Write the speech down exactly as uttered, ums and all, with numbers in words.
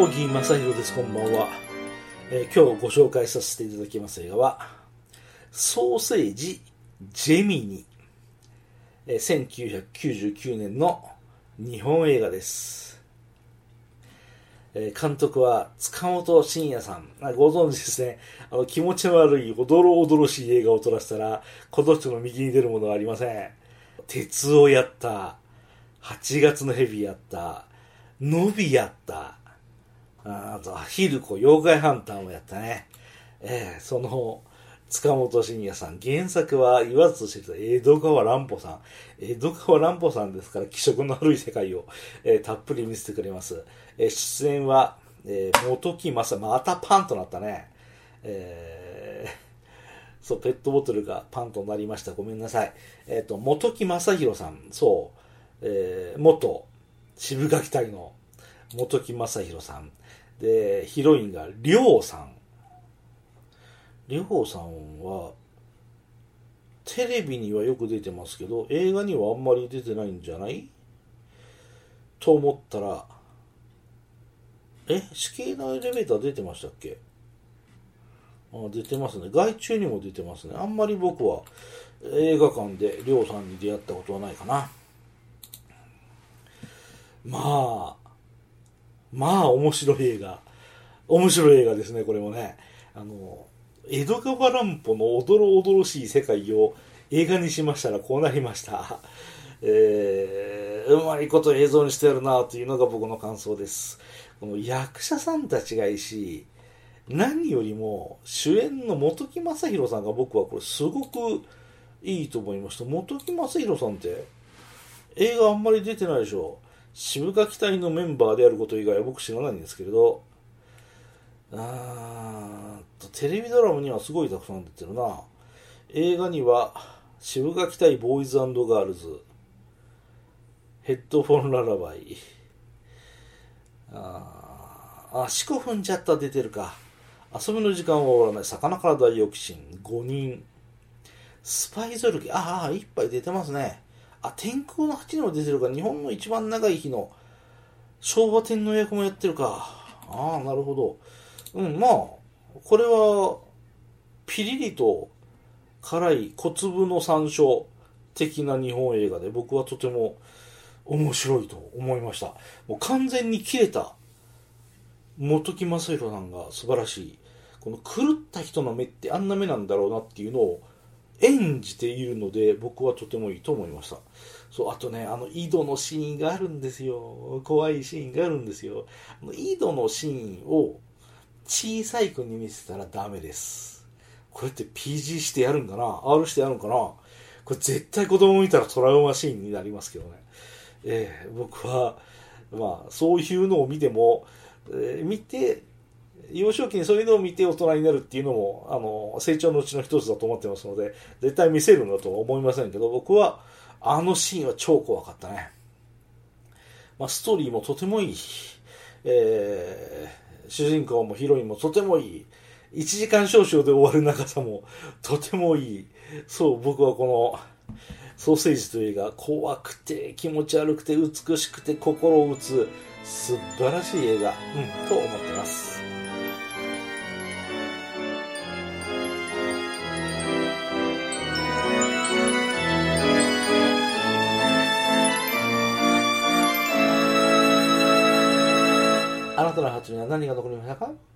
もぎ正弘です。こんばんは、えー、今日ご紹介させていただきます映画はソーセージジェミニ、えー、せんきゅうひゃくきゅうじゅうきゅうねんの日本映画です。えー、監督は塚本慎也さん。ご存知ですね。あの気持ちの悪いおどろおどろしい映画を撮らせたらこの人の右に出るものはありません。鉄をやった、はちがつのヘビやった、ノビやった、あとヒルコ妖怪ハンターもやったね。えー、その塚本慎也さん、原作は言わずと知れた江戸川乱歩さん。江戸川乱歩さんですから気色の悪い世界を、えー、たっぷり見せてくれます。えー、出演は、えー、本木正、またパンとなったね。えー、そう、ペットボトルがパンとなりました。ごめんなさい。えっ、ー、と、本木正弘さん、そう、えー、元渋垣隊の本木正弘さん。で、ヒロインがりょうさん。りょうさんは、テレビにはよく出てますけど、映画にはあんまり出てないんじゃないと思ったら、え、死刑のエレベーター出てましたっけ？あ、出てますね。外注にも出てますね。あんまり僕は映画館でりょうさんに出会ったことはないかな。まあ、まあ面白い映画。面白い映画ですね、これもね。あの、江戸川乱歩のおどろおどろしい世界を映画にしましたらこうなりました。えー、うまいこと映像にしてやるなというのが僕の感想です。この役者さんたちがいいし、何よりも主演の本木正弘さんが僕はこれすごくいいと思いました。本木正弘さんって映画あんまり出てないでしょ。渋垣隊のメンバーであること以外は僕知らないんですけれど、あーテレビドラマにはすごいたくさん出てるな。映画には渋垣隊ボーイズ&ガールズ、ヘッドフォンララバイ、あーあ四股踏んじゃった出てるか、遊びの時間は終わらない、魚から大躍進、ごにん、スパイゾルキ、ああ一杯出てますね。あ、天空の蜂にも出てるか。日本の一番長い日の昭和天皇役もやってるか。ああなるほど。うん、まあこれはピリリと辛い小粒の山椒的な日本映画で僕はとても面白いと思いました。もう完全に切れた本木正弘さんが素晴らしい。この狂った人の目ってあんな目なんだろうなっていうのを演じているので僕はとてもいいと思いました。そう、あとね、あの井戸のシーンがあるんですよ。怖いシーンがあるんですよ。井戸のシーンを小さい子に見せたらダメです。これって ピージー してやるんかな？ アール してやるんかな？これ絶対子供見たらトラウマシーンになりますけどね。えー、僕は、まあ、そういうのを見ても、えー、見て、幼少期にそういうのを見て大人になるっていうのも、あの、成長のうちの一つだと思ってますので、絶対見せるんだとは思いませんけど、僕は、あのシーンは超怖かったね。まあ、ストーリーもとてもいい。えー、主人公もヒロインもとてもいい。いちじかん少々で終わる長さもとてもいい。そう、僕はこのソーセージという映画、怖くて気持ち悪くて美しくて心を打つ素晴らしい映画、うん、と思ってます。あなたの発明は何が残りましたか？